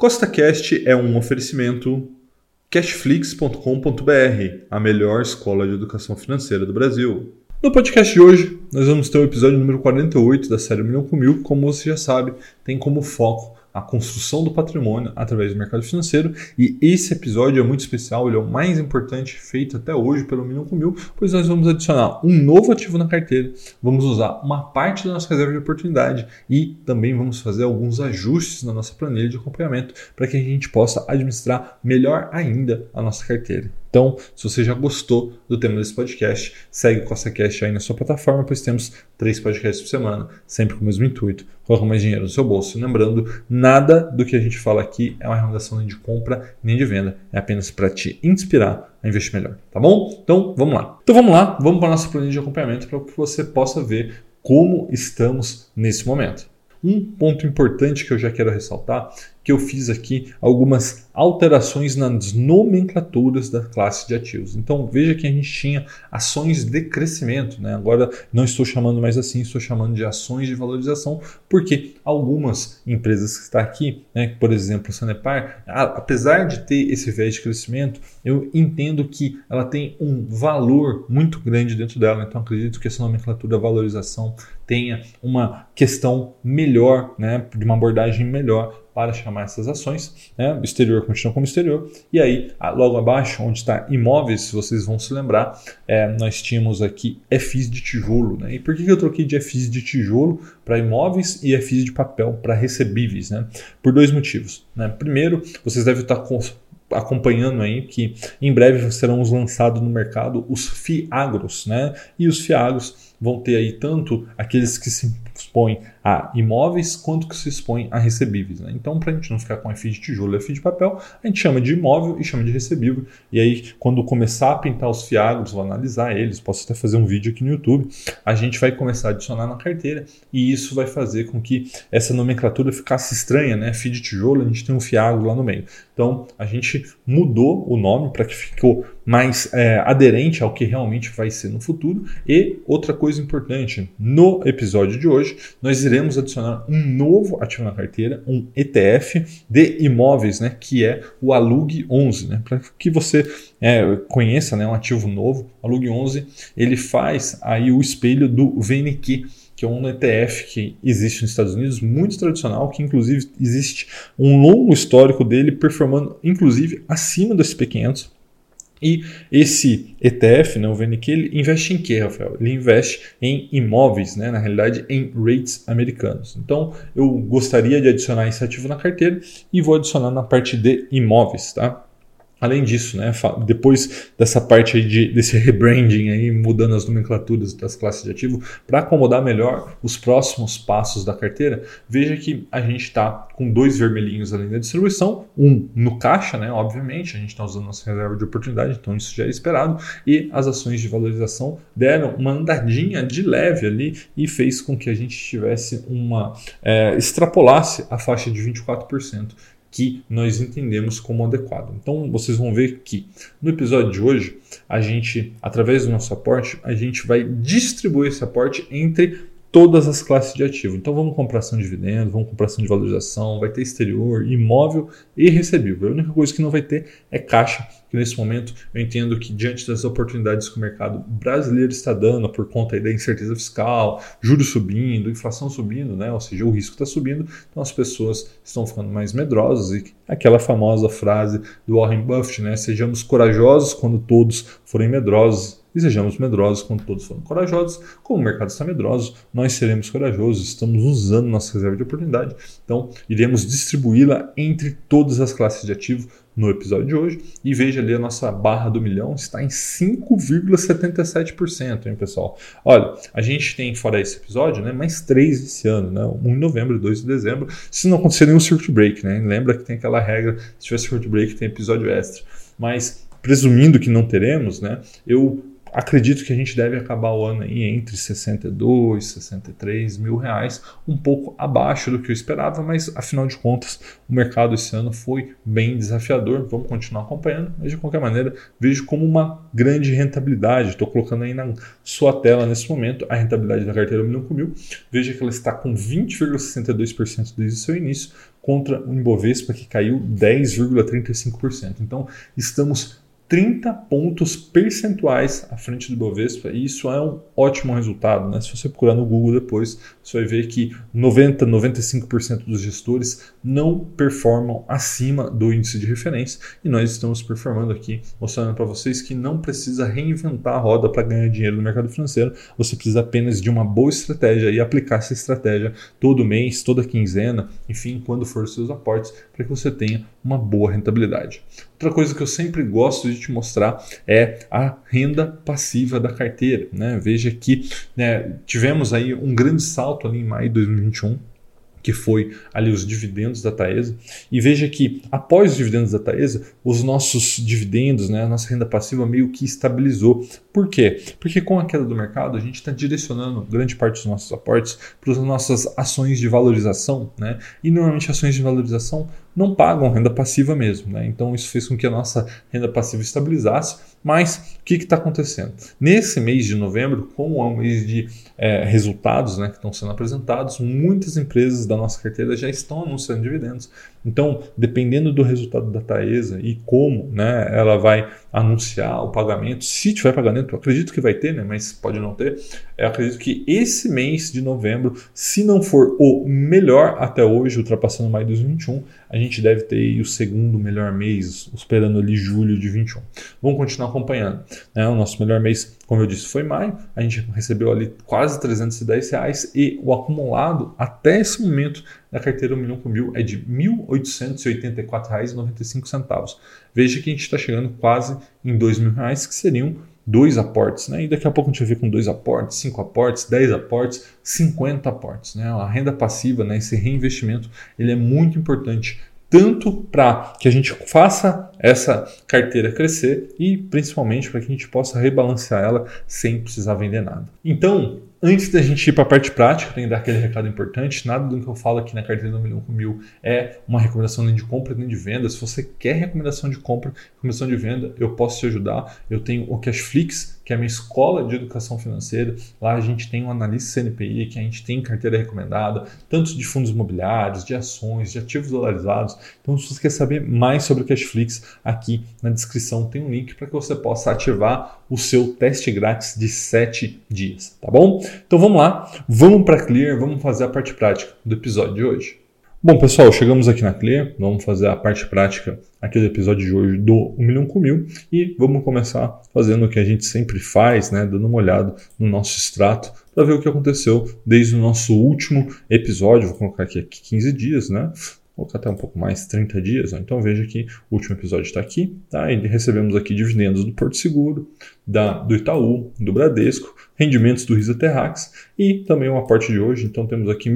CostaCast é um oferecimento cashflix.com.br, a melhor escola de educação financeira do Brasil. No podcast de hoje, nós vamos ter o episódio número 48 da série 1 Milhão com Mil, que, como você já sabe, tem como foco a construção do patrimônio através do mercado financeiro, e esse episódio é muito especial, ele é o mais importante feito até hoje pelo 1 Milhão com Mil, pois nós vamos adicionar um novo ativo na carteira, vamos usar uma parte da nossa reserva de oportunidade e também vamos fazer alguns ajustes na nossa planilha de acompanhamento para que a gente possa administrar melhor ainda a nossa carteira. Então, se você já gostou do tema desse podcast, segue o CostaCast aí na sua plataforma, pois temos 3 podcasts por semana, sempre com o mesmo intuito, colocar mais dinheiro no seu bolso. E lembrando, nada do que a gente fala aqui é uma recomendação nem de compra, nem de venda, é apenas para te inspirar a investir melhor, tá bom? Então, vamos lá. Vamos para a nossa planilha de acompanhamento para que você possa ver como estamos nesse momento. Um ponto importante que eu já quero ressaltar, que eu fiz aqui algumas alterações nas nomenclaturas da classe de ativos. Então veja que a gente tinha ações de crescimento, né? Agora não estou chamando mais assim, estou chamando de ações de valorização, porque algumas empresas que estão aqui, né, por exemplo, a Sanepar, apesar de ter esse viés de crescimento, eu entendo que ela tem um valor muito grande dentro dela, então acredito que essa nomenclatura valorização tenha uma questão melhor, né, de uma abordagem melhor para chamar essas ações, né? O exterior continua como exterior, e aí logo abaixo, onde está imóveis, se vocês vão se lembrar, nós tínhamos aqui FIs de tijolo, né? E por que eu troquei de FIs de tijolo para imóveis e FIs de papel para recebíveis, né? Por 2 motivos, né? Primeiro, vocês devem estar acompanhando aí que em breve serão lançados no mercado os FIAGROS, né? E os FIAGROS vão ter aí tanto aqueles que se expõem a imóveis quanto que se expõem a recebíveis, né? Então, para a gente não ficar com FI de tijolo e FI de papel, a gente chama de imóvel e chama de recebível. E aí, quando começar a pintar os FIAGROS, vou analisar eles, posso até fazer um vídeo aqui no YouTube, a gente vai começar a adicionar na carteira e isso vai fazer com que essa nomenclatura ficasse estranha, né? FI de tijolo, a gente tem um FIAGRO lá no meio. Então, a gente mudou o nome para que ficou mais aderente ao que realmente vai ser no futuro. E outra coisa importante, no episódio de hoje, nós iremos adicionar um novo ativo na carteira, um ETF de imóveis, né, que é o Alug 11, né, para que você conheça, né, um ativo novo. O Alug 11 ele faz aí o espelho do VNQ, que é um ETF que existe nos Estados Unidos, muito tradicional, que inclusive existe um longo histórico dele performando inclusive acima do SP500. E esse ETF, né, o VNQ, ele investe em quê, Rafael? Ele investe em imóveis, né, na realidade em REITs americanos. Então eu gostaria de adicionar esse ativo na carteira e vou adicionar na parte de imóveis, tá? Além disso, né, depois dessa parte aí desse rebranding, aí, mudando as nomenclaturas das classes de ativo, para acomodar melhor os próximos passos da carteira, veja que a gente está com 2 vermelhinhos além da distribuição, um no caixa, né, obviamente, a gente está usando nossa reserva de oportunidade, então isso já é esperado, e as ações de valorização deram uma andadinha de leve ali e fez com que a gente tivesse extrapolasse a faixa de 24%. Que nós entendemos como adequado. Então, vocês vão ver que no episódio de hoje, a gente, através do nosso aporte, a gente vai distribuir esse aporte entre todas as classes de ativo. Então, vamos comprar ação de dividendos, vamos comprar ação de valorização, vai ter exterior, imóvel e recebível. A única coisa que não vai ter é caixa, que nesse momento eu entendo que diante das oportunidades que o mercado brasileiro está dando por conta aí da incerteza fiscal, juros subindo, inflação subindo, né? Ou seja, o risco está subindo, então as pessoas estão ficando mais medrosas e aquela famosa frase do Warren Buffett, né? Sejamos corajosos quando todos forem medrosos e sejamos medrosos quando todos forem corajosos. Como o mercado está medroso, nós seremos corajosos, estamos usando nossa reserva de oportunidade, então iremos distribuí-la entre todas as classes de ativo no episódio de hoje. E veja ali a nossa barra do milhão está em 5,77%, hein, pessoal? Olha, a gente tem, fora esse episódio, né, mais 3 esse ano, né, 1 em novembro e 2 de dezembro, se não acontecer nenhum circuit break, né? Lembra que tem aquela regra, se tiver circuit break tem episódio extra. Mas, presumindo que não teremos, né, eu acredito que a gente deve acabar o ano aí entre 62, 63 mil reais, um pouco abaixo do que eu esperava, mas afinal de contas o mercado esse ano foi bem desafiador. Vamos continuar acompanhando, mas de qualquer maneira vejo como uma grande rentabilidade. Estou colocando aí na sua tela nesse momento a rentabilidade da carteira 1 milhão com mil. Veja que ela está com 20,62% desde o seu início, contra o Ibovespa que caiu 10,35%. Então estamos 30 pontos percentuais à frente do Ibovespa, e isso é um ótimo resultado, né? Se você procurar no Google depois, você vai ver que 95% dos gestores não performam acima do índice de referência, e nós estamos performando aqui, mostrando para vocês que não precisa reinventar a roda para ganhar dinheiro no mercado financeiro. Você precisa apenas de uma boa estratégia e aplicar essa estratégia todo mês, toda quinzena, enfim, quando for os seus aportes, para que você tenha uma boa rentabilidade. Outra coisa que eu sempre gosto de te mostrar é a renda passiva da carteira, né? Veja que, né, tivemos aí um grande salto ali em maio de 2021, que foi ali os dividendos da Taesa, e veja que após os dividendos da Taesa, os nossos dividendos, né, a nossa renda passiva meio que estabilizou. Por quê? Porque com a queda do mercado, a gente está direcionando grande parte dos nossos aportes para as nossas ações de valorização, né? E normalmente ações de valorização não pagam renda passiva mesmo, né? Então isso fez com que a nossa renda passiva estabilizasse. Mas o que está acontecendo? Nesse mês de novembro, como é um mês de resultados, né, que estão sendo apresentados, muitas empresas da nossa carteira já estão anunciando dividendos. Então, dependendo do resultado da Taesa e como, né, ela vai anunciar o pagamento, se tiver pagamento, eu acredito que vai ter, né, mas pode não ter, eu acredito que esse mês de novembro, se não for o melhor até hoje, ultrapassando maio de 2021, a gente deve ter aí o segundo melhor mês, esperando ali julho de 21. Vamos continuar acompanhando, né? O nosso melhor mês, como eu disse, foi maio. A gente recebeu ali quase R$310 e o acumulado até esse momento da carteira 1 milhão com mil é de R$ 1.884,95. Veja que a gente está chegando quase em R$2.000, que seriam 2 aportes, né? E daqui a pouco a gente vai ver com 2 aportes, 5 aportes, 10 aportes, 50 aportes, né? A renda passiva, né? Esse reinvestimento, ele é muito importante, tanto para que a gente faça essa carteira crescer e principalmente para que a gente possa rebalancear ela sem precisar vender nada. Então, antes da gente ir para a parte prática, tem que dar aquele recado importante. Nada do que eu falo aqui na carteira 1 milhão com mil é uma recomendação nem de compra nem de venda. Se você quer recomendação de compra, recomendação de venda, eu posso te ajudar. Eu tenho o Cashflix, que é a minha escola de educação financeira. Lá a gente tem um analista CNPI, que a gente tem carteira recomendada, tanto de fundos imobiliários, de ações, de ativos dolarizados. Então, se você quer saber mais sobre o Cashflix, aqui na descrição tem um link para que você possa ativar o seu teste grátis de 7 dias, tá bom? Então vamos lá, vamos para a Clear, vamos fazer a parte prática do episódio de hoje. Bom, pessoal, chegamos aqui na Clear, vamos fazer a parte prática aqui do episódio de hoje do 1 milhão com mil e vamos começar fazendo o que a gente sempre faz, né, dando uma olhada no nosso extrato para ver o que aconteceu desde o nosso último episódio. Vou colocar aqui 15 dias, né? Vou colocar até um pouco mais, 30 dias. Né? Então veja que o último episódio está aqui. Tá? E recebemos aqui dividendos do Porto Seguro, do Itaú, do Bradesco, rendimentos do Risa Terrax e também o aporte de hoje. Então temos aqui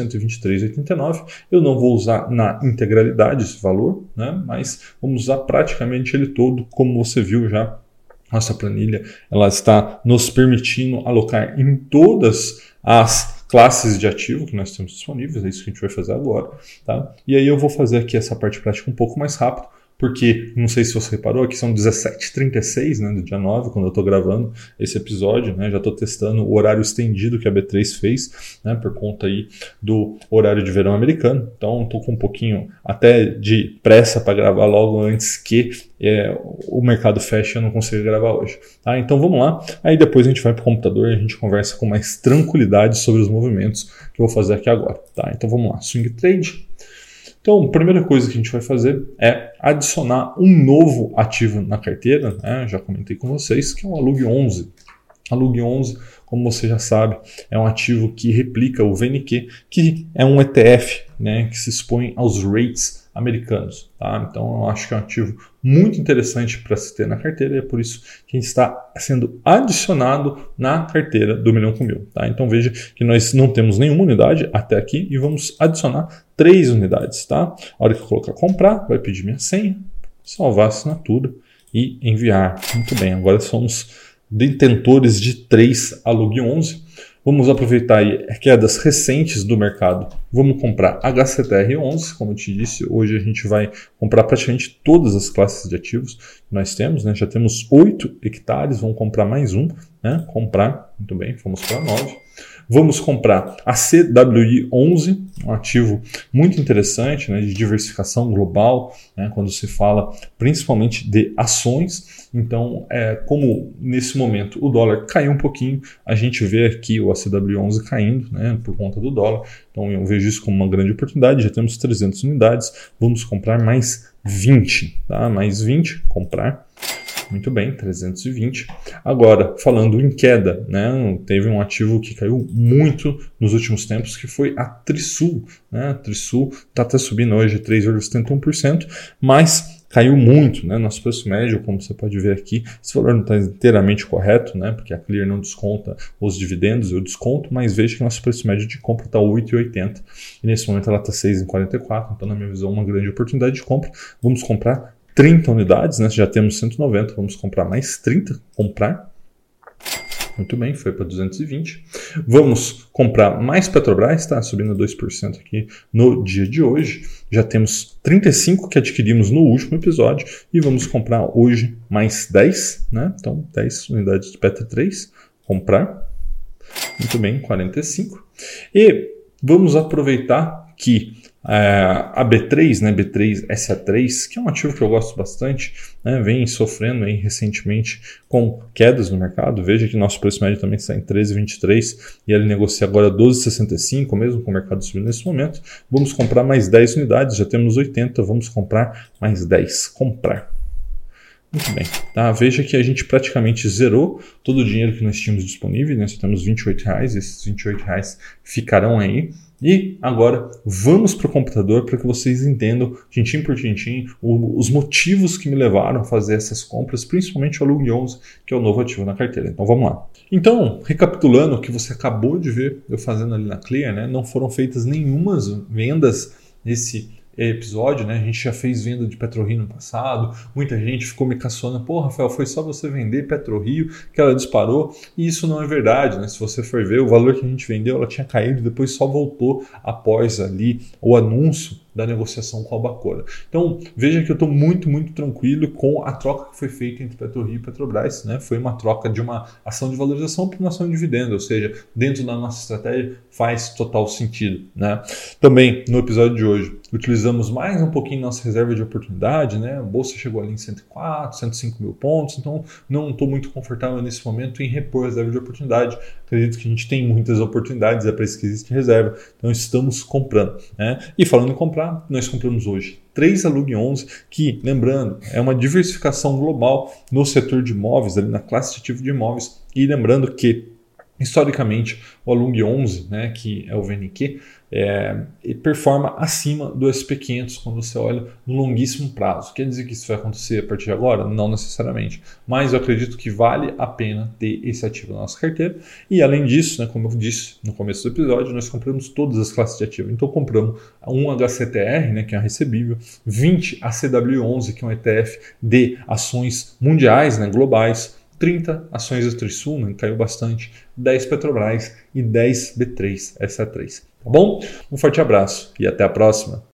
1.123,89. Eu não vou usar na integralidade esse valor, né? Mas vamos usar praticamente ele todo, como você viu já. Nossa planilha ela está nos permitindo alocar em todas as classes de ativo que nós temos disponíveis, é isso que a gente vai fazer agora, tá? E aí eu vou fazer aqui essa parte prática um pouco mais rápido, porque, não sei se você reparou, aqui são 17h36, né, do dia 9, quando eu estou gravando esse episódio, né, já estou testando o horário estendido que a B3 fez, né, por conta aí do horário de verão americano, então estou com um pouquinho até de pressa para gravar logo antes que o mercado feche e eu não consigo gravar hoje. Tá? Então vamos lá, aí depois a gente vai para o computador e a gente conversa com mais tranquilidade sobre os movimentos que eu vou fazer aqui agora. Tá? Então vamos lá, Swing Trade. Então, a primeira coisa que a gente vai fazer é adicionar um novo ativo na carteira, né? Já comentei com vocês, que é o Alug11. Alug11, como você já sabe, é um ativo que replica o VNQ, que é um ETF, né, que se expõe aos rates americanos. Tá? Então, eu acho que é um ativo muito interessante para se ter na carteira e é por isso que a gente está sendo adicionado na carteira do 1 milhão com mil. Tá? Então, veja que nós não temos nenhuma unidade até aqui e vamos adicionar 3 unidades. Tá? A hora que eu colocar comprar, vai pedir minha senha, salvar a assinatura e enviar. Muito bem, agora somos detentores de 3 Alug 11. Vamos aproveitar aí quedas recentes do mercado. Vamos comprar HCTR11, como eu te disse, hoje a gente vai comprar praticamente todas as classes de ativos que nós temos, né? Já temos 8 hectares, vamos comprar mais um, né? Comprar, muito bem, fomos para 9. Vamos comprar a CWI11, um ativo muito interessante, né, de diversificação global, né, quando se fala principalmente de ações. Então, como nesse momento o dólar caiu um pouquinho, a gente vê aqui o ACWI11 caindo, né, por conta do dólar. Então, eu vejo isso como uma grande oportunidade. Já temos 300 unidades, vamos comprar mais 20, tá? Mais 20, comprar. Muito bem, 320. Agora, falando em queda, né, teve um ativo que caiu muito nos últimos tempos, que foi a Trisul. Né? A Trisul está até subindo hoje 3,71%, mas caiu muito, né? Nosso preço médio, como você pode ver aqui, esse valor não está inteiramente correto, né? Porque a Clear não desconta os dividendos, eu desconto, mas veja que nosso preço médio de compra está 8,80 e nesse momento ela está 6,44, então na minha visão uma grande oportunidade de compra. Vamos comprar 30 unidades, né? Já temos 190, vamos comprar mais 30, comprar. Muito bem, foi para 220. Vamos comprar mais Petrobras, tá? Subindo 2% aqui no dia de hoje. Já temos 35 que adquirimos no último episódio e vamos comprar hoje mais 10, né? Então, 10 unidades de Petro 3, comprar. Muito bem, 45. E vamos aproveitar que a B3, né, B3 SA3, que é um ativo que eu gosto bastante, né, vem sofrendo aí recentemente com quedas no mercado. Veja que nosso preço médio também está em 13,23 e ele negocia agora 12,65, mesmo com o mercado subindo nesse momento. Vamos comprar mais 10 unidades, já temos 80, vamos comprar mais 10, comprar. Muito bem, tá? Veja que a gente praticamente zerou todo o dinheiro que nós tínhamos disponível, né? Só temos R$28, esses R$28 ficarão aí. E agora vamos para o computador para que vocês entendam, tintim por tintim, os motivos que me levaram a fazer essas compras, principalmente o Alug 11, que é o novo ativo na carteira. Então vamos lá. Então, recapitulando o que você acabou de ver eu fazendo ali na Clear, né? Não foram feitas nenhumas vendas nesse episódio, né? A gente já fez venda de PetroRio no passado, muita gente ficou me caçoando, pô, Rafael, foi só você vender PetroRio que ela disparou, e isso não é verdade, né? Se você for ver, o valor que a gente vendeu, ela tinha caído, depois só voltou após ali o anúncio da negociação com a Albacora. Então, veja que eu estou muito, muito tranquilo com a troca que foi feita entre PetroRio e Petrobras, né? Foi uma troca de uma ação de valorização para uma ação de dividendo, ou seja, dentro da nossa estratégia faz total sentido, né? Também, no episódio de hoje, utilizamos mais um pouquinho nossa reserva de oportunidade, né? A bolsa chegou ali em 104, 105 mil pontos, então não estou muito confortável nesse momento em repor a reserva de oportunidade. Acredito que a gente tem muitas oportunidades, é para isso que existe reserva, então estamos comprando, né? E falando em comprar, nós compramos hoje 3 Alug 11, que, lembrando, é uma diversificação global no setor de imóveis, ali na classe de ativo de imóveis, e lembrando que historicamente, o Alug 11, né, que é o VNQ, performa acima do SP500 quando você olha no longuíssimo prazo. Quer dizer que isso vai acontecer a partir de agora? Não necessariamente, mas eu acredito que vale a pena ter esse ativo na nossa carteira. E além disso, né, como eu disse no começo do episódio, nós compramos todas as classes de ativo. Então compramos um HCTR, né, que é um recebível, 20 ACWI11, que é um ETF de ações mundiais, né, globais, 30 ações da Trisul, né, caiu bastante, 10 Petrobras e 10 B3 SA3. Tá bom? Um forte abraço e até a próxima.